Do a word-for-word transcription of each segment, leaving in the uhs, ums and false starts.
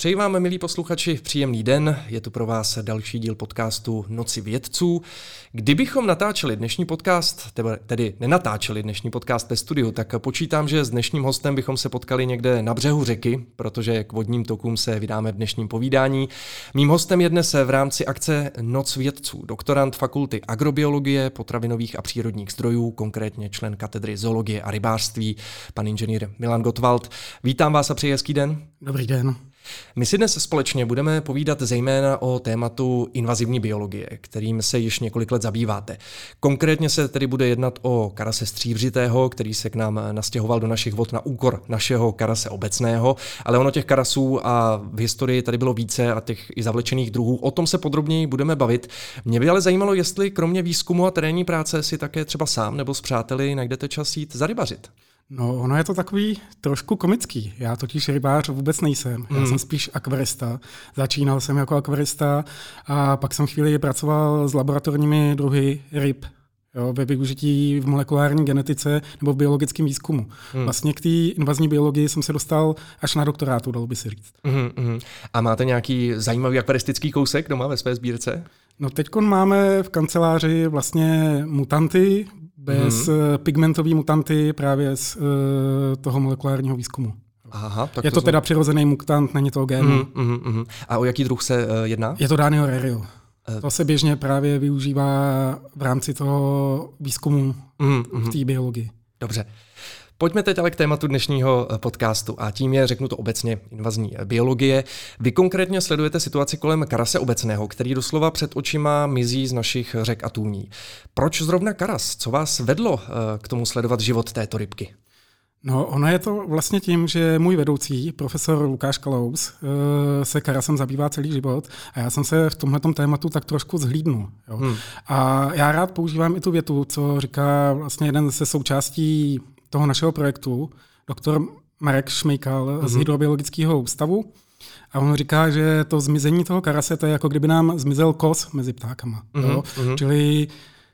Přeji vám, milí posluchači, příjemný den. Je tu pro vás další díl podcastu Noci vědců. Kdybychom natáčeli dnešní podcast, tedy nenatáčeli dnešní podcast ve studiu, tak počítám, že s dnešním hostem bychom se potkali někde na břehu řeky, protože k vodním tokům se vydáme v dnešním povídání. Mým hostem je dnes v rámci akce Noc vědců doktorand Fakulty agrobiologie, potravinových a přírodních zdrojů, konkrétně člen katedry zoologie a rybářství, pan inženýr Milan Gottwald. Vítám vás a přeji hezký den. Dobrý den. My si dnes společně budeme povídat zejména o tématu invazivní biologie, kterým se již několik let zabýváte. Konkrétně se tedy bude jednat o karase stříbřitého, který se k nám nastěhoval do našich vod na úkor našeho karase obecného, ale ono těch karasů a v historii tady bylo více a těch i zavlečených druhů. O tom se podrobněji budeme bavit. Mě by ale zajímalo, jestli kromě výzkumu a terénní práce si také třeba sám nebo s přáteli najdete čas jít zarybařit. No, ono je to takový trošku komický. Já totiž rybář vůbec nejsem. Já hmm. jsem spíš akvarista. Začínal jsem jako akvarista a pak jsem chvíli pracoval s laboratorními druhy ryb, jo, ve využití v molekulární genetice nebo v biologickém výzkumu. Hmm. Vlastně k té invazní biologii jsem se dostal až na doktorátu, dalo by se říct. Hmm, hmm. A máte nějaký zajímavý akvaristický kousek doma ve své sbírce? No, teď máme v kanceláři vlastně mutanty, bez hmm. pigmentový mutanty právě z uh, toho molekulárního výzkumu. Aha, tak je to, to teda přirozený mutant, není to gen. Mm, mm, mm. A o jaký druh se uh, jedná? Je to Daniel Rerio. Uh. To se běžně právě využívá v rámci toho výzkumu mm, v té biologii. Dobře. Pojďme teď ale k tématu dnešního podcastu a tím je, řeknu to obecně, invazní biologie. Vy konkrétně sledujete situaci kolem karase obecného, který doslova před očima mizí z našich řek a tůní. Proč zrovna karas? Co vás vedlo k tomu sledovat život této rybky? No, ono je to vlastně tím, že můj vedoucí, profesor Lukáš Kalous, se karasem zabývá celý život a já jsem se v tomhletom tématu tak trošku zhlídnul. Jo. Hmm. A já rád používám i tu větu, co říká vlastně jeden ze součástí toho našeho projektu, doktor Marek Šmejkal mm-hmm. z Hydrobiologického ústavu. A on říká, že to zmizení toho karase, to je jako kdyby nám zmizel kos mezi ptákama. Mm-hmm. Jo? Čili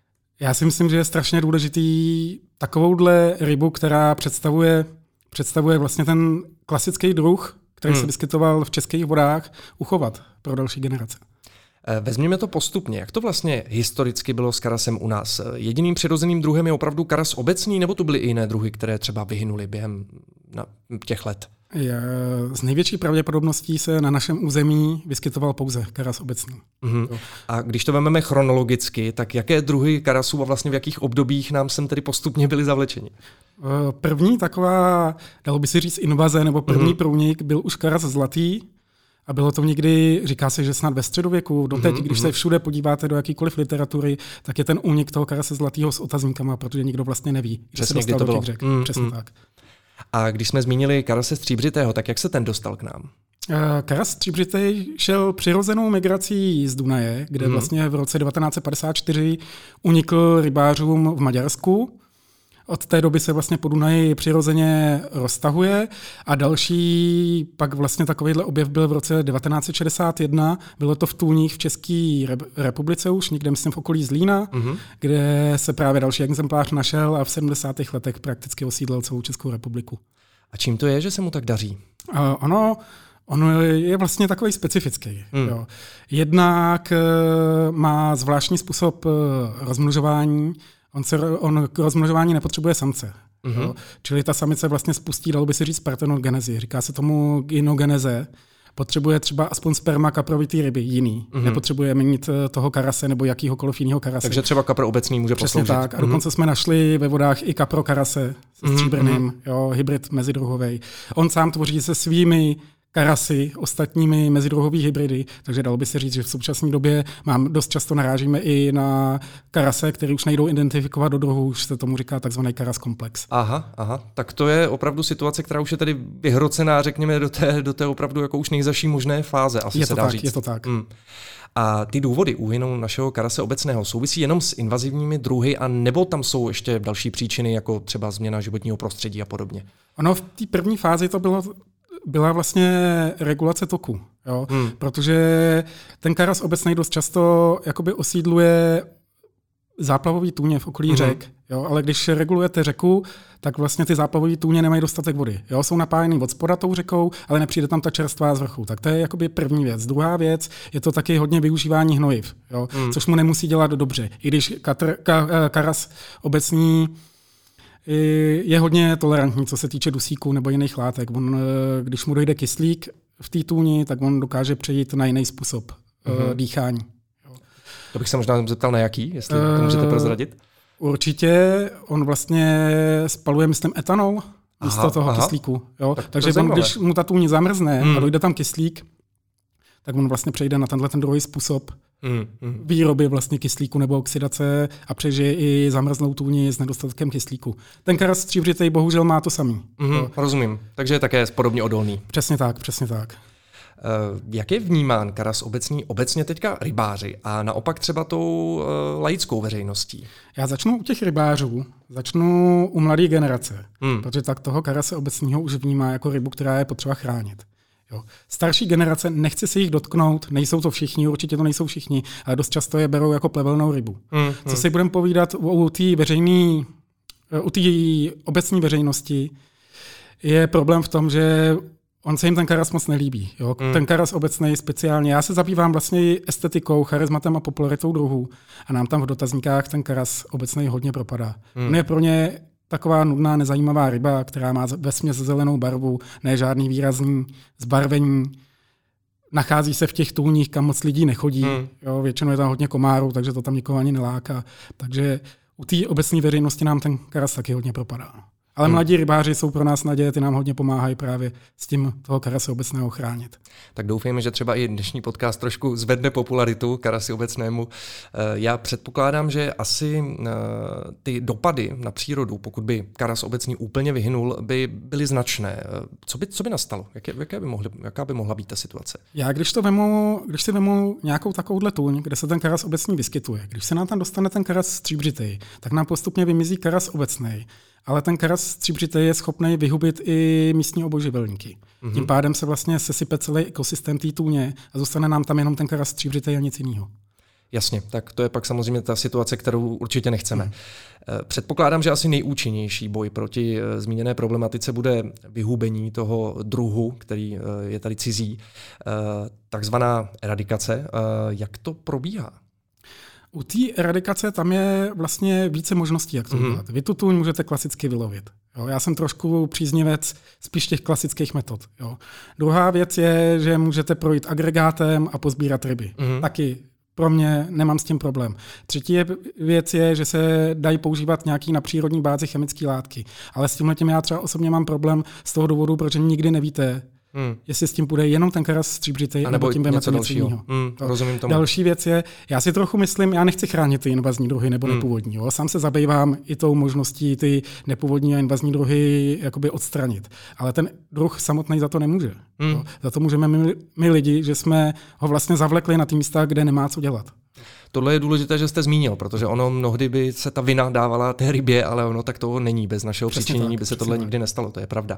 já si myslím, že je strašně důležitý takovouhle rybu, která představuje, představuje vlastně ten klasický druh, který mm. se vyskytoval v českých vodách, uchovat pro další generace. Vezměme to postupně. Jak to vlastně historicky bylo s karasem u nás? Jediným přirozeným druhem je opravdu karas obecný, nebo to byly i jiné druhy, které třeba vyhynuly během těch let? Je, z největší pravděpodobností se na našem území vyskytoval pouze karas obecný. Mm-hmm. A když to vezmeme chronologicky, tak jaké druhy karasů a vlastně v jakých obdobích nám sem tedy postupně byly zavlečeni? První taková, dalo by se říct, invaze nebo první mm-hmm. průnik byl už karas zlatý. A bylo to někdy, říká se, že snad ve středověku, doteď, mm-hmm. když se všude podíváte do jakýkoliv literatury, tak je ten únik toho karase zlatého s otazníkama, protože nikdo vlastně neví, že se dostal do těch řek. Mm-hmm. Přesně tak. A když jsme zmínili karase stříbřitého, tak jak se ten dostal k nám? Karas stříbřitej šel přirozenou migrací z Dunaje, kde mm-hmm. vlastně v roce devatenáct set padesát čtyři unikl rybářům v Maďarsku. Od té doby se vlastně po Dunaji přirozeně roztahuje a další pak vlastně takovýhle objev byl v roce devatenáct set šedesát jedna. Bylo to v Tůních v České republice už, někde myslím v okolí Zlína, mm-hmm. kde se právě další exemplář našel a v sedmdesátých letech prakticky osídlil celou Českou republiku. A čím to je, že se mu tak daří? Uh, ono... Ono je vlastně takový specifický. Hmm. Jo. Jednak uh, má zvláštní způsob uh, rozmnožování. On, se, on k rozmnožování nepotřebuje samce. Mm-hmm. Jo. Čili ta samice vlastně spustí, dalo by se říct, partenogenezi. Říká se tomu gynogeneze. Potřebuje třeba aspoň sperma kaprovitý ryby, jiný. Mm-hmm. Nepotřebuje měnit toho karase nebo jakýhokoliv jiného karase. Takže třeba kapr obecný může Přesně posloužit. tak. A dokonce mm-hmm. jsme našli ve vodách i kapro karase se stříbrným, mm-hmm. jo, hybrid mezidruhovej. On sám tvoří se svými karasy, ostatními mezidruhový hybridy, takže dalo by se říct, že v současné době mám, dost často narážíme i na karase, které už nejdou identifikovat do druhu, už se tomu říká takzvaný karas komplex. Aha, aha, tak to je opravdu situace, která už je tedy vyhrocená, řekněme, do té, do té opravdu jako už nejzaší možné fáze, asi je se to dá tak, říct. Je to tak. Hmm. A ty důvody úhynu našeho karase obecného souvisí jenom s invazivními druhy, a nebo tam jsou ještě další příčiny, jako třeba změna životního prostředí a podobně? Ono v té první fázi to bylo byla vlastně regulace toku, jo? Hmm. Protože ten karas obecný dost často jakoby osídluje záplavové tůně v okolí mm-hmm. řek, jo, ale když regulujete řeku, tak vlastně ty záplavové tůně nemají dostatek vody. Jo, jsou napájený od spoda tou řekou, ale nepřijde tam ta čerstvá z vrchu. Tak to je jakoby první věc. Druhá věc je to taky hodně využívání hnojiv, jo, mm. což mu nemusí dělat dobře. I když katr, ka, karas obecný je hodně tolerantní, co se týče dusíků nebo jiných látek. On, když mu dojde kyslík v té tůni, tak on dokáže přejít na jiný způsob mm-hmm. dýchání. Jo. To bych se možná zeptal, na jaký, jestli uh, to můžete prozradit. Určitě, on vlastně spaluje, myslím, etanol místo aha, toho aha. kyslíku. Jo? Tak Takže on, když mu ta tůň zamrzne hmm. a dojde tam kyslík, tak on vlastně přejde na tenhle ten druhý způsob hmm. Hmm. výroby vlastně kyslíku nebo oxidace a přežije i zamrzlou tůni s nedostatkem kyslíku. Ten karas stříbřitej bohužel má to samý. Hmm. Rozumím, takže je také podobně odolný. Přesně tak, přesně tak. Uh, jak je vnímán karas obecný obecně teďka rybáři a naopak třeba tou uh, laickou veřejností? Já začnu u těch rybářů, začnu u mladé generace, hmm. protože tak toho karase obecního už vnímá jako rybu, která je potřeba chránit. Jo. Starší generace, nechce se jich dotknout, nejsou to všichni, určitě to nejsou všichni, ale dost často je berou jako plevelnou rybu. Hmm. Co si budeme povídat u té veřejné, u té obecní veřejnosti, je problém v tom, že on se jim ten karas moc nelíbí. Jo? Mm. Ten karas obecnej speciálně. Já se zabývám vlastně estetikou, charizmatem a popularitou druhů a nám tam v dotazníkách ten karas obecnej hodně propadá. Mm. On je pro ně taková nudná, nezajímavá ryba, která má vesměs zelenou barvu, ne žádný výrazný zbarvení. Nachází se v těch tůních, kam moc lidí nechodí. Mm. Jo? Většinou je tam hodně komárů, takže to tam nikoho ani neláká. Takže u té obecné veřejnosti nám ten karas taky hodně propadá. Ale hmm. mladí rybáři jsou pro nás naděje, ty nám hodně pomáhají právě s tím toho karase obecného chránit. Tak doufejme, že třeba i dnešní podcast trošku zvedne popularitu karasi obecnému. Já předpokládám, že asi ty dopady na přírodu, pokud by karas obecný úplně vyhynul, by byly značné. Co by, co by nastalo? Jaké, jaké by mohly, jaká by mohla být ta situace? Já když to vemu, když si vemu nějakou takovouhle tůň, kde se ten karas obecný vyskytuje, když se nám tam dostane ten karas stříbřitej, tak nám postupně vymizí karas obecnej. Ale ten karas stříbřitej je schopný vyhubit i místní obojživelníky. Mm-hmm. Tím pádem se vlastně sesype celý ekosystém té tůně a zůstane nám tam jenom ten karas stříbřitej a nic jiného. Jasně, tak to je pak samozřejmě ta situace, kterou určitě nechceme. Mm. Předpokládám, že asi nejúčinnější boj proti zmíněné problematice bude vyhubení toho druhu, který je tady cizí, takzvaná eradikace. Jak to probíhá? U té eradikace tam je vlastně více možností, jak to mm. udělat. Vy tu tůň můžete klasicky vylovit. Jo, já jsem trošku příznivec spíš těch klasických metod. Jo. Druhá věc je, že můžete projít agregátem a pozbírat ryby. Mm. Taky pro mě nemám s tím problém. Třetí věc je, že se dají používat nějaký na přírodní bázi chemické látky. Ale s tímhletím já třeba osobně mám problém z toho důvodu, protože nikdy nevíte, Hmm. jestli s tím bude jenom ten karas stříbřitej, a nebo tím něco dalšího. Hmm, rozumím tomu. Další věc je, já si trochu myslím, já nechci chránit ty invazní druhy nebo hmm. nepůvodní. Jo. Sám se zabývám i tou možností ty nepůvodní a invazní druhy jakoby odstranit. Ale ten druh samotný za to nemůže. Hmm. Jo. Za to můžeme my, my lidi, že jsme ho vlastně zavlekli na ty místa, kde nemá co dělat. Tohle je důležité, že jste zmínil, protože ono mnohdy by se ta vina dávala té rybě, ale ono tak toho není. Bez našeho přesně přičinění tak, by se tohle tak. nikdy nestalo, to je pravda.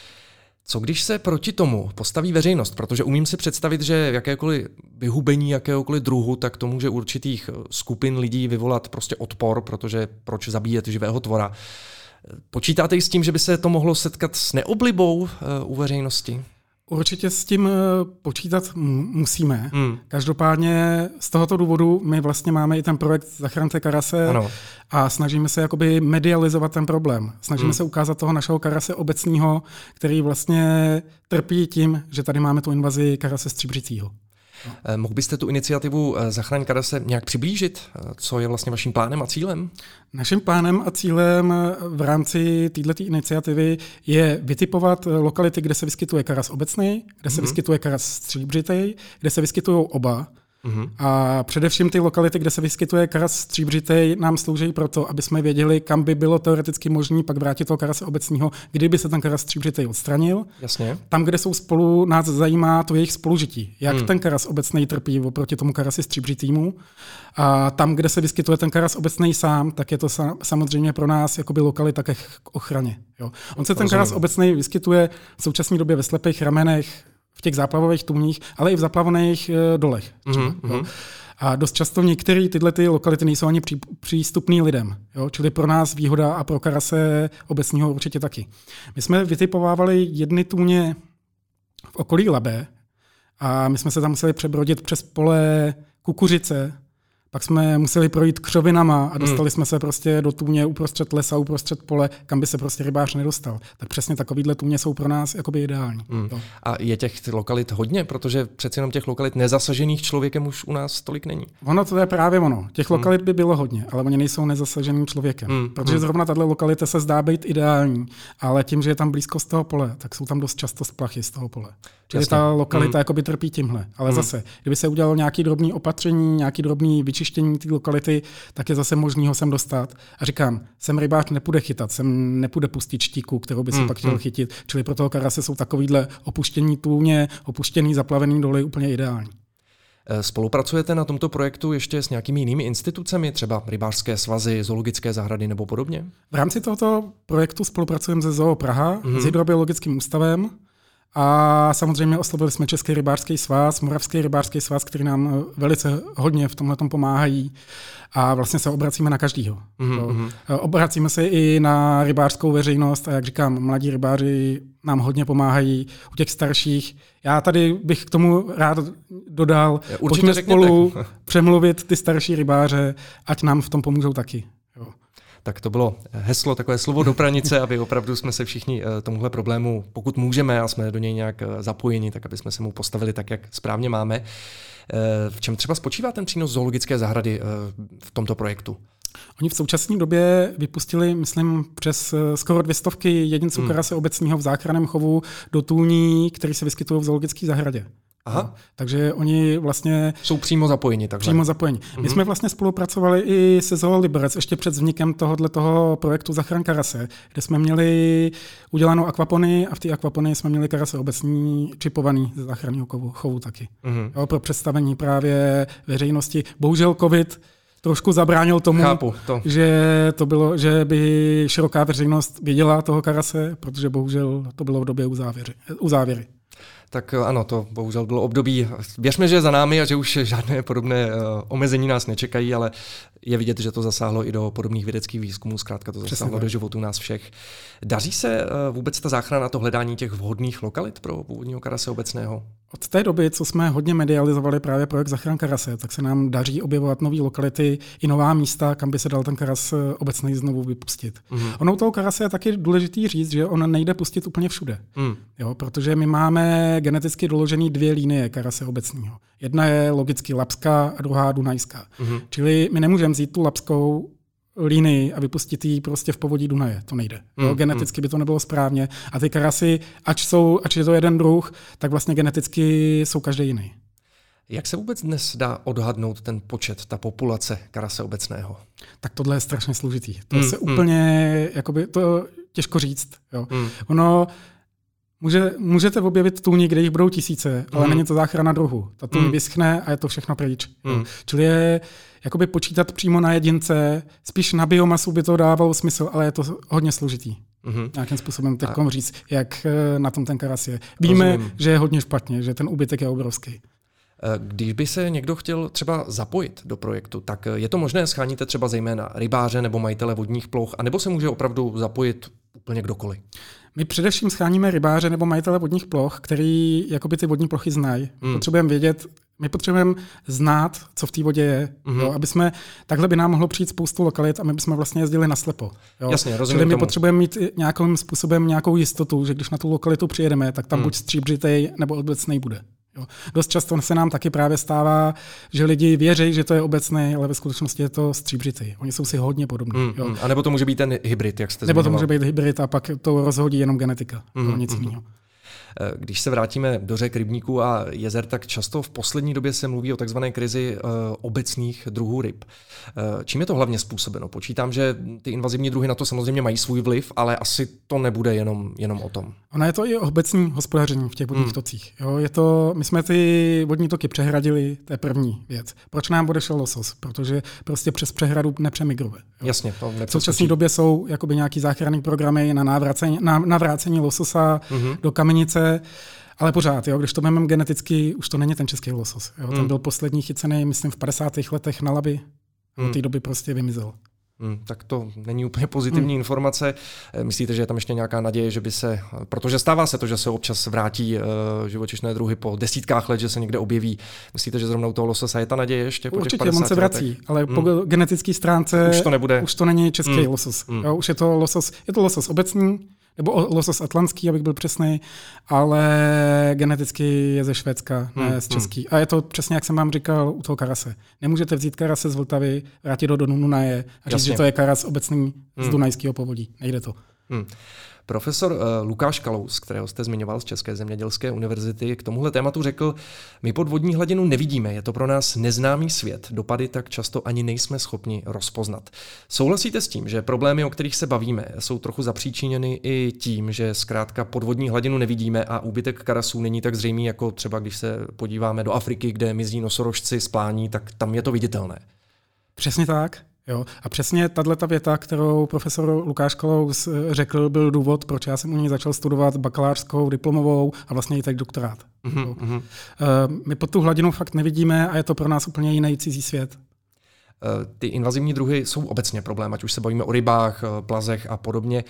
Co když se proti tomu postaví veřejnost? Protože umím si představit, že jakékoliv vyhubení jakéhokoliv druhu, tak to může určitých skupin lidí vyvolat prostě odpor, protože proč zabíjet živého tvora. Počítáte i s tím, že by se to mohlo setkat s neoblibou u veřejnosti? Určitě s tím počítat musíme. Hmm. Každopádně z tohoto důvodu my vlastně máme i ten projekt Zachraňte karase ano. a snažíme se jakoby medializovat ten problém. Snažíme hmm. se ukázat toho našeho karase obecního, který vlastně trpí tím, že tady máme tu invazi karase stříbřicího. No. Mohl byste tu iniciativu Zachraň karase nějak přiblížit? Co je vlastně vaším plánem a cílem? Naším plánem a cílem v rámci této iniciativy je vytipovat lokality, kde se vyskytuje karas obecný, kde se mm-hmm. vyskytuje karas stříbřitej, kde se vyskytují oba. Mm-hmm. A především ty lokality, kde se vyskytuje karas stříbřitej, nám slouží proto, aby jsme věděli, kam by bylo teoreticky možné pak vrátit toho karase obecního, kdyby se ten karas stříbřitej odstranil. Jasně. Tam, kde jsou spolu, nás zajímá to jejich spolužití. Jak hmm. ten karas obecnej trpí oproti tomu karasi stříbřitýmu. A tam, kde se vyskytuje ten karas obecnej sám, tak je to sa- samozřejmě pro nás jakoby lokalita k ochraně. Jo. On se ten Rozumím. karas obecnej vyskytuje v současné době ve slepých ramenech, v těch záplavových tůních, ale i v zaplavovaných dolech. Mm-hmm. A dost často některé tyhle ty lokality nejsou ani pří, přístupný lidem. Jo? Čili pro nás výhoda a pro karase obecního určitě taky. My jsme vytipovávali jedny tůně v okolí Labe a my jsme se tam museli přebrodit přes pole kukuřice, pak jsme museli projít křovinama a dostali hmm. jsme se prostě do tůně uprostřed lesa, uprostřed pole, kam by se prostě rybář nedostal. Tak přesně takovýhle tůně jsou pro nás jakoby ideální. Hmm. A je těch lokalit hodně, protože přeci jenom těch lokalit nezasažených člověkem už u nás tolik není. Ono to je právě ono. Těch hmm. lokalit by bylo hodně, ale oni nejsou nezasaženým člověkem. Hmm. Protože zrovna tato lokalita se zdá být ideální, ale tím, že je tam blízkost toho pole, tak jsou tam dost často splachy z toho pole. Čili ta lokalita hmm. jakoby trpí tímhle. Ale hmm. zase, kdyby se udělalo nějaké drobné opatření, nějaký drobný vyčištění té lokality, tak je zase možný ho sem dostat. A říkám, sem rybář nepůjde chytat, sem nepůjde pustit štíku, kterou by si hmm. pak chtěl hmm. chytit. Čili pro toho karase jsou takovýhle opuštění tůně, opuštěný, zaplavený doly úplně ideální. Spolupracujete na tomto projektu ještě s nějakými jinými institucemi, třeba rybářské svazy, zoologické zahrady nebo podobně? V rámci tohoto projektu spolupracujeme se Zoo Praha, hmm. s Hydrobiologickým ústavem. A samozřejmě oslovili jsme Český rybářský svaz, Moravský rybářský svaz, který nám velice hodně v tomhletom pomáhají a vlastně se obracíme na každýho. Mm-hmm. Obracíme se i na rybářskou veřejnost a jak říkám, mladí rybáři nám hodně pomáhají, u těch starších. Já tady bych k tomu rád dodal, pojďme spolu přemluvit ty starší rybáře, ať nám v tom pomůžou taky. Jo. Tak to bylo heslo, takové slovo do pranice, aby opravdu jsme se všichni tomuhle problému, pokud můžeme a jsme do něj nějak zapojeni, tak aby jsme se mu postavili tak, jak správně máme. V čem třeba spočívá ten přínos zoologické zahrady v tomto projektu? Oni v současné době vypustili, myslím, přes skoro dvě stovky jedinců hmm. karase obecního v záchranném chovu do tůní, které se vyskytují v zoologické zahradě. Aha. No, takže oni vlastně jsou přímo zapojeni. Takhle. Přímo zapojeni. Mm-hmm. My jsme vlastně spolupracovali i se Zoo Liberec ještě před vznikem tohoto projektu Zachraň karase, kde jsme měli udělanou akvapony a v té akvapony jsme měli karase obecní čipovaný ze záchranného chovu, chovu taky. Mm-hmm. Jo, pro představení právě veřejnosti. Bohužel covid trošku zabránil tomu, Chápu, to. že to bylo, že by široká veřejnost viděla toho karase, protože bohužel to bylo v době uzávěry. uzávěry. Tak ano, to bohužel bylo období. Věřme, že je za námi a že už žádné podobné uh, omezení nás nečekají, ale je vidět, že to zasáhlo i do podobných vědeckých výzkumů, zkrátka to zasáhlo Přesně. do životů nás všech. Daří se uh, vůbec ta záchrana, to hledání těch vhodných lokalit pro původního karase obecného? Od té doby, co jsme hodně medializovali právě projekt Zachraň karase, tak se nám daří objevovat nové lokality i nová místa, kam by se dal ten karas obecný znovu vypustit. Mm. Ono u toho karase je taky důležitý říct, že on nejde pustit úplně všude. Mm. Jo, protože my máme geneticky doložený dvě linie karase obecního. Jedna je logicky labská a druhá dunajská. Mm. Čili my nemůžeme vzít tu labskou linii a vypustit ji prostě v povodí Dunaje. To nejde. Mm, jo, geneticky mm. by to nebylo správně. A ty karasy, ač, jsou, ač je to jeden druh, tak vlastně geneticky jsou každý jiný. Jak se vůbec dnes dá odhadnout ten počet, ta populace karase obecného? Tak tohle je strašně složitý. To mm, se mm. úplně, jakoby, to těžko říct. Jo. Mm. Ono, může, můžete objevit tůni, kde jich budou tisíce, ale mm. není to záchrana druhu. Ta tůň mm. vyschne a je to všechno pryč. Mm. Čili je jakoby počítat přímo na jedince, spíš na biomasu by to dávalo smysl, ale je to hodně složitý. Mm-hmm. Nějakým způsobem teď a... říct, jak na tom ten karas je. Víme, Rozumím. že je hodně špatně, že ten úbytek je obrovský. Když by se někdo chtěl třeba zapojit do projektu, tak je to možné, scháníte třeba zejména rybáře nebo majitele vodních ploch, anebo se může opravdu zapojit úplně kdokoliv? My především scháníme rybáře nebo majitele vodních ploch, který jakoby ty vodní plochy znají. Mm. Potřebujeme vědět, my potřebujeme znát, co v té vodě je, mm. jo, aby jsme, takhle by nám mohlo přijít spoustu lokalit a my bychom vlastně jezdili naslepo. Jo. Jasně, rozumím Čili my tomu. potřebujeme mít nějakým způsobem nějakou jistotu, že když na tu lokalitu přijedeme, tak tam mm. buď stříbřitej nebo obecnej bude. Jo. Dost často se nám taky právě stává, že lidi věří, že to je obecný, ale ve skutečnosti je to stříbřitý. Oni jsou si hodně podobní. Mm, jo. A nebo to může být ten hybrid, jak jste Nebo zmiňoval. to může být hybrid a pak to rozhodí jenom genetika. Mm, to nic mm. jiného. Když se vrátíme do řek, rybníků a jezer, tak často v poslední době se mluví o takzvané krizi uh, obecných druhů ryb. Uh, čím je to hlavně způsobeno? Počítám, že ty invazivní druhy na to samozřejmě mají svůj vliv, ale asi to nebude jenom, jenom o tom. Ono je to i obecní hospodaření v těch vodních hmm. tocích. Jo, je to, my jsme ty vodní toky přehradili, to je první věc. Proč nám odešel losos? Protože prostě přes přehradu nepřemigruje. Jo. Jasně, to v současné době jsou jakoby nějaký záchranný programy na navrácení, na navrácení lososa hmm. do Kamenice. Ale pořád, jo, když to vezmeme geneticky, už to není ten český losos. Jo. Ten hmm. byl poslední chycený, myslím, v padesátých letech na Labi. Hmm. Od té doby prostě vymizel. Hmm, tak to není úplně pozitivní hmm. informace. Myslíte, že je tam ještě nějaká naděje, že by se, protože stává se to, že se občas vrátí uh, živočišné druhy po desítkách let, že se někde objeví. Myslíte, že zrovna u toho lososa je ta naděje ještě po Určitě, těch padesáti on se vrací, letech? ale hmm. po genetické stránce už to nebude. Už to není český hmm. losos. Hmm. Jo, už je to losos, je to losos obecný, nebo losos atlantský, abych byl přesný, ale geneticky je ze Švédska, ne hmm. z český. A je to přesně, jak jsem vám říkal, u toho karase. Nemůžete vzít karase z Vltavy, vrátit ho do Dunaje a říct, že to je karas obecný hmm. z dunajského povodí. Nejde to. Hmm. Profesor uh, Lukáš Kalous, kterého jste zmiňoval z České zemědělské univerzity, k tomuhle tématu řekl, my podvodní hladinu nevidíme, je to pro nás neznámý svět, dopady tak často ani nejsme schopni rozpoznat. Souhlasíte s tím, že problémy, o kterých se bavíme, jsou trochu zapříčiněny i tím, že zkrátka podvodní hladinu nevidíme a úbytek karasů není tak zřejmý, jako třeba když se podíváme do Afriky, kde mizí nosorožci z plání, tak tam je to viditelné. Přesně tak. Jo. A přesně tato věta, kterou profesor Lukáš Kalous řekl, byl důvod, proč já jsem u něj začal studovat bakalářskou, diplomovou a vlastně i tak doktorát. Mm-hmm. Uh, my pod tu hladinu fakt nevidíme a je to pro nás úplně jiný cizí svět. Ty invazivní druhy jsou obecně problém, ať už se bavíme o rybách, plazech a podobně.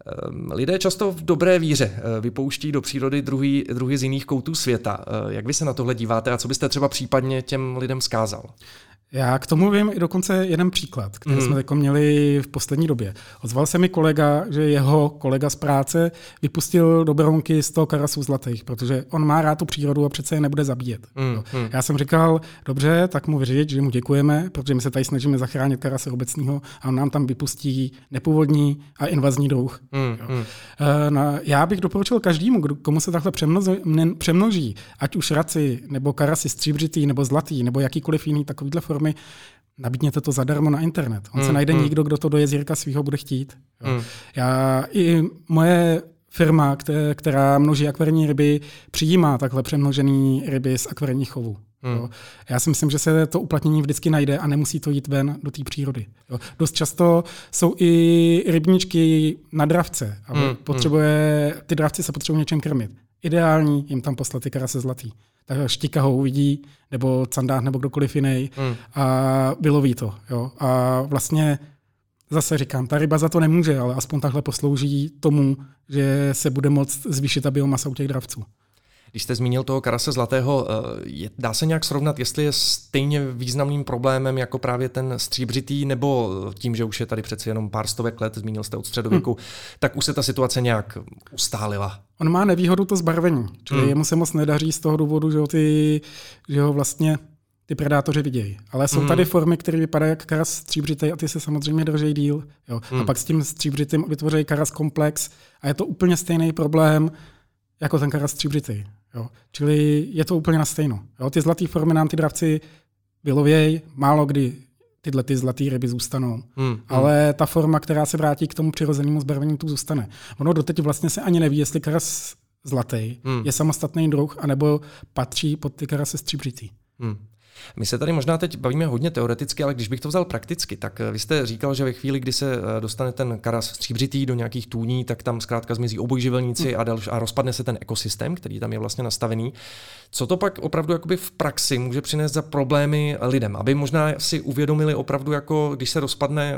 Lidé často v dobré víře vypouští do přírody druhy, druhy z jiných koutů světa. Jak vy se na tohle díváte a co byste třeba případně těm lidem vzkázal? Já k tomu vím i dokonce jeden příklad, který mm. jsme jako měli v poslední době. Ozval se mi kolega, že jeho kolega z práce vypustil do Berounky sto karasů zlatých, protože on má rád tu přírodu a přece je nebude zabíjet. Mm. Já jsem říkal, dobře, tak mu vyřídit, že mu děkujeme, protože my se tady snažíme zachránit karase obecného a on nám tam vypustí nepůvodní a invazní druh. Mm. No, já bych doporučil každému, komu se takhle přemnoží, přemnoží, ať už raci, nebo karasy stříbřitý, nebo zlatý, nebo jakýkoliv jiný takovýhle formy, nabídněte to zadarmo na internet. On mm, se najde mm. někdo, kdo to do jezírka svýho bude chtít. Jo. Mm. Já, i moje firma, která množí akvarijní ryby, přijímá takhle přemnožené ryby z akvarijních chovů. Mm. Jo. Já si myslím, že se to uplatnění vždycky najde a nemusí to jít ven do té přírody. Jo. Dost často jsou i rybníčky na dravce. A mm. potřebuje, ty dravci se potřebují něčem krmit. Ideální jim tam poslat ty karase zlatý. Tak štika ho uvidí, nebo candách, nebo kdokoliv jiný mm. a vyloví to. Jo. A vlastně zase říkám, ta ryba za to nemůže, ale aspoň takhle poslouží tomu, že se bude moct zvýšit ta biomasa u těch dravců. Když jste zmínil toho karase zlatého, je, dá se nějak srovnat, jestli je stejně významným problémem jako právě ten stříbřitý, nebo tím, že už je tady přeci jenom pár stovek let, zmínil jste od středověku, hmm. tak už se ta situace nějak ustálila? On má nevýhodu to zbarvení, čili hmm. jemu se moc nedaří z toho důvodu, že ho, ty, že ho vlastně ty predátoři vidějí. Ale jsou hmm. tady formy, které vypadají jak karas stříbřitý a ty se samozřejmě drží díl. Jo. Hmm. A pak s tím stříbřitým vytvoří karas komplex a je to úplně stejný problém jako ten karas stříbřitý. Jo. Čili je to úplně na stejno. Jo. Ty zlaté formy nám ty dravci vylovějí, málo kdy tyhle ty zlaté ryby zůstanou. Hmm. Ale ta forma, která se vrátí k tomu přirozenému zbarvení, tu zůstane. Ono doteď vlastně se ani neví, jestli karas zlatý hmm. je samostatný druh, anebo patří pod ty karase stříbřitý. Hmm. My se tady možná teď bavíme hodně teoreticky, ale když bych to vzal prakticky, tak vy jste říkal, že ve chvíli, kdy se dostane ten karas stříbřitý do nějakých tůní, tak tam zkrátka zmizí obojživelníci hmm. a, další, a rozpadne se ten ekosystém, který tam je vlastně nastavený. Co to pak opravdu jakoby v praxi může přinést za problémy lidem? Aby možná si uvědomili opravdu, jako když se rozpadne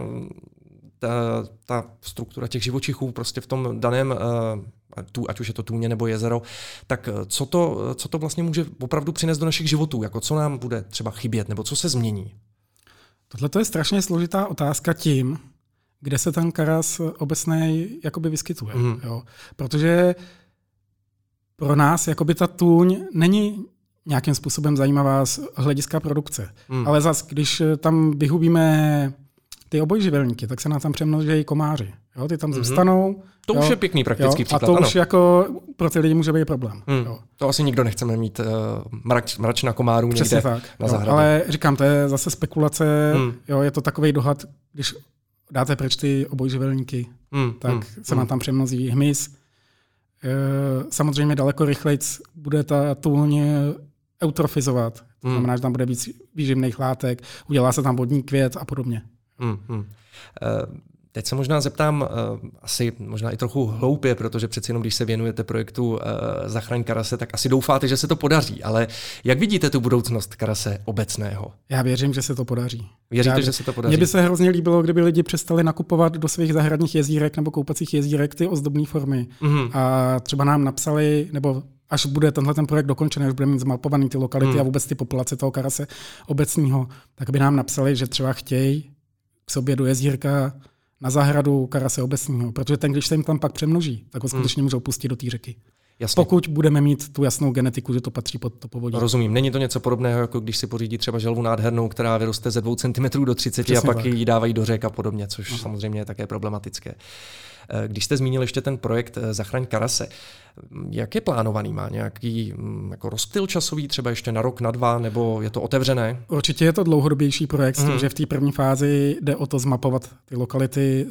ta, ta struktura těch živočichů prostě v tom daném, tu, ať už je to tůně nebo jezero, tak co to, co to vlastně může opravdu přinést do našich životů? Jako co nám bude třeba chybět nebo co se změní? Tohle je strašně složitá otázka tím, kde se ten karas obecnej jakoby vyskytuje. Mm. Jo? Protože pro nás jakoby ta tůň není nějakým způsobem zajímavá z hlediska produkce. Mm. Ale zas, když tam vyhubíme ty obojživelníky, tak se nám tam přemnoží komáři. Jo, ty tam mm-hmm. zůstanou. To jo, už je pěkný praktický jo, příklad. A to ano. už jako pro ty lidi může být problém. Mm. Jo. To asi nikdo nechceme mít uh, mrač, mračna komárů přesně někde tak, na jo, zahradě. ale říkám, to je zase spekulace. Mm. Jo, je to takovej dohad, když dáte pryč ty obojživelníky, mm. tak mm. se vám tam přemnozí hmyz. E, samozřejmě daleko rychleji bude ta tůň eutrofizovat. To znamená, mm. že tam bude víc výživných látek, udělá se tam vodní květ a podobně. Mm. Mm. Uh, Teď se možná zeptám, uh, asi možná i trochu hloupě, protože přeci jenom, když se věnujete projektu uh, Zachraň karase, tak asi doufáte, že se to podaří. Ale jak vidíte tu budoucnost karase obecného? Já věřím, že se to podaří. Věříte, Já, že se to podaří? Mně by se hrozně líbilo, kdyby lidi přestali nakupovat do svých zahradních jezírek nebo koupacích jezírek ty ozdobné formy. Mm-hmm. A třeba nám napsali, nebo až bude tenhle ten projekt dokončený, až budeme mít zmapovaný ty lokality mm. a vůbec ty populace toho karase obecného, tak by nám napsali, že třeba chtějí k sobě do jezírka na zahradu karase obecního, protože ten, když se jim tam pak přemnoží, tak ho skutečně hmm. můžou pustit do té řeky. Jasně. Pokud budeme mít tu jasnou genetiku, že to patří pod to povodí. Rozumím. Není to něco podobného, jako když si pořídí třeba želvu nádhernou, která vyroste ze dvou centimetrů do třiceti Přesně a pak tak. ji dávají do řek a podobně, což Aha. samozřejmě je také problematické. Když jste zmínil ještě ten projekt Zachraň karase, jak je plánovaný? Má nějaký jako rozptyl časový, třeba ještě na rok, na dva, nebo je to otevřené? Určitě je to dlouhodobější projekt, mm. s tím, že v té první fázi jde o to zmapovat ty lokality,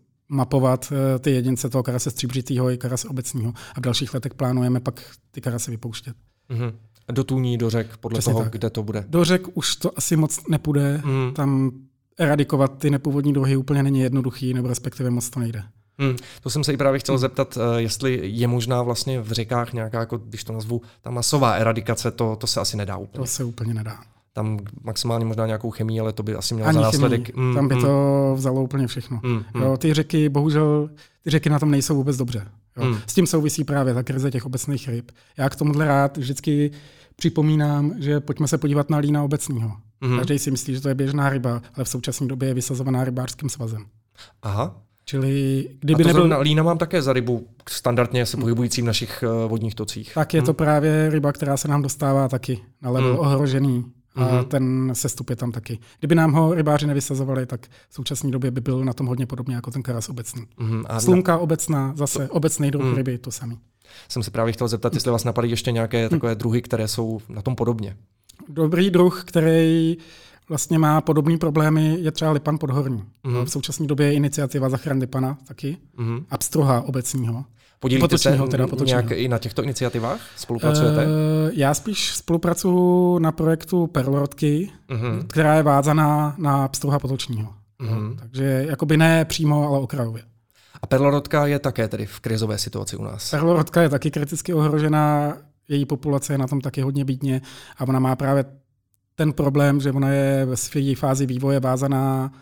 mapovat ty jedince toho karase stříbřitýho i karase obecního. A v dalších letech plánujeme pak ty karase vypouštět. Mm. Do tůní, do řek, podle Přesně toho, tak. kde to bude? Do řek už to asi moc nepůjde. Mm. Tam eradikovat ty nepůvodní druhy úplně není jednoduchý, nebo respektive moc to nejde. Hmm, to jsem se i právě chtěl zeptat, jestli je možná vlastně v řekách nějaká, jako, když to nazvu, ta masová eradikace, to, to se asi nedá úplně. To se úplně nedá. Tam maximálně možná nějakou chemii, ale to by asi mělo Ani za následek. Mm, Tam by mm. to vzalo úplně všechno. Mm, mm. Jo, ty řeky, bohužel, ty řeky na tom nejsou vůbec dobře. Jo. Mm. S tím souvisí právě ta krize těch obecných ryb. Já k tomuhle rád vždycky připomínám, že pojďme se podívat na lína obecního. Mm. Každý si myslí, že to je běžná ryba, ale v současné době je vysazovaná rybářským svazem. Aha. Čili kdyby a to nebyl... lína mám také za rybu standardně se pohybující v našich vodních tocích. Tak je hmm. to právě ryba, která se nám dostává taky na level hmm. ohrožený a hmm. ten sestup je tam taky. Kdyby nám ho rybáři nevysazovali, tak v současné době by byl na tom hodně podobně jako ten karas obecný. Hmm. A Slunka na... obecná, zase to... obecný druh hmm. ryby, to samý. Jsem se právě chtěl zeptat, jestli vás napadají ještě nějaké takové druhy, které jsou na tom podobně. Dobrý druh, který vlastně má podobné problémy, je třeba lipan podhorní. Mm-hmm. V současné době je iniciativa Zachraň lipana taky mm-hmm. a pstruha obecního. Podílíte se teda nějak i na těchto iniciativách? Spolupracujete? Uh, já spíš spolupracuji na projektu Perlorodky, mm-hmm. která je vázaná na pstruha potočního. Mm-hmm. Takže jakoby ne přímo, ale okrajově. A perlorodka je také tedy v krizové situaci u nás? Perlorodka je taky kriticky ohrožená, její populace je na tom taky hodně bídně a ona má právě ten problém, že ona je ve své fázi vývoje vázaná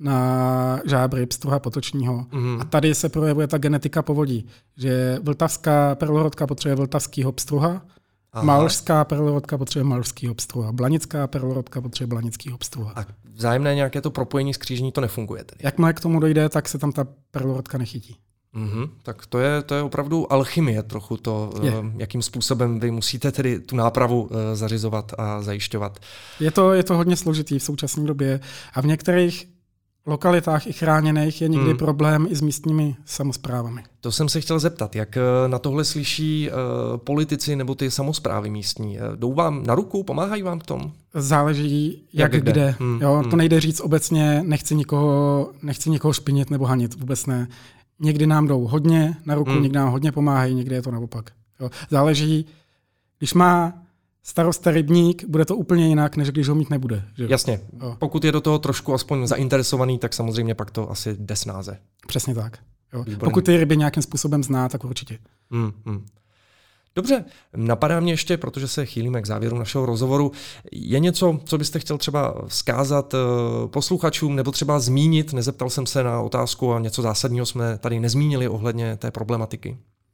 na žábry pstruha potočního. Mm. A tady se projevuje ta genetika povodí, že vltavská perlorodka potřebuje vltavského pstruha, Aha. malšská perlorodka potřebuje malšského pstruha, blanická perlorodka potřebuje blanického pstruha. A vzájemné nějaké to propojení skřížení to nefunguje tedy? Jakmile k tomu dojde, tak se tam ta perlorodka nechytí. Mm-hmm. Tak to je, to je opravdu alchymie trochu to, je. jakým způsobem vy musíte tedy tu nápravu uh, zařizovat a zajišťovat. Je to, je to hodně složitý v současné době a v některých lokalitách i chráněných je někdy hmm. problém i s místními samosprávami. To jsem se chtěl zeptat, jak na tohle slyší uh, politici nebo ty samosprávy místní? Jdou vám na ruku, pomáhají vám v tom? Záleží, jak, jak kde. kde. Hmm. Jo, hmm. To nejde říct obecně, nechci nikoho, nechci nikoho špinit nebo hanit, vůbec ne. Někdy nám jdou hodně na ruku, hmm. někdy nám hodně pomáhají, někdy je to naopak. Jo. Záleží, když má starosta rybník, bude to úplně jinak, než když ho mít nebude. Že? Jasně. Jo. Pokud je do toho trošku aspoň zainteresovaný, tak samozřejmě pak to asi jde snáze. Přesně tak. Jo. Pokud ty ryby nějakým způsobem zná, tak určitě. Hmm, hmm. Dobře, napadá mě ještě, protože se chýlíme k závěru našeho rozhovoru, je něco, co byste chtěl třeba vzkázat posluchačům nebo třeba zmínit? Nezeptal jsem se na otázku a něco zásadního jsme tady nezmínili ohledně té problematiky.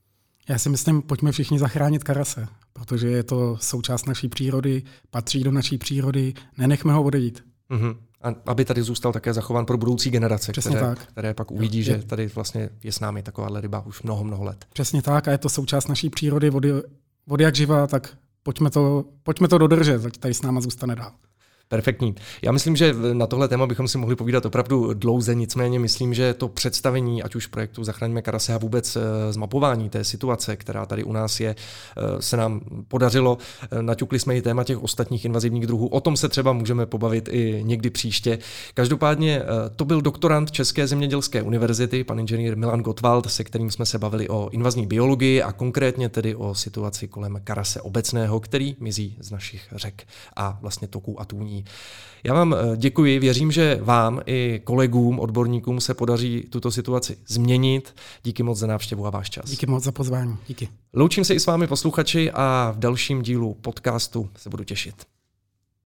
Já si myslím, pojďme všichni zachránit karase, protože je to součást naší přírody, patří do naší přírody, nenechme ho odejít. Mm-hmm. A aby tady zůstal také zachován pro budoucí generace, které, které pak uvidí, je. že tady vlastně je s námi takováhle ryba už mnoho, mnoho let. Přesně tak a je to součást naší přírody, vody, vody jak živa, tak pojďme to, pojďme to dodržet, ať tady s náma zůstane dál. Perfektní. Já myslím, že na tohle téma bychom si mohli povídat opravdu dlouze, nicméně myslím, že to představení, ať už projektu Zachraňme karase a vůbec zmapování té situace, která tady u nás je, se nám podařilo. Naťukli jsme i téma těch ostatních invazivních druhů. O tom se třeba můžeme pobavit i někdy příště. Každopádně to byl doktorand České zemědělské univerzity, pan inženýr Milan Gottwald, se kterým jsme se bavili o invazní biologii a konkrétně tedy o situaci kolem karase obecného, který mizí z našich řek a vlastně toků a tůní změní. Já vám děkuji, věřím, že vám i kolegům, odborníkům se podaří tuto situaci změnit. Díky moc za návštěvu a váš čas. Díky moc za pozvání. Díky. Loučím se i s vámi posluchači a v dalším dílu podcastu se budu těšit.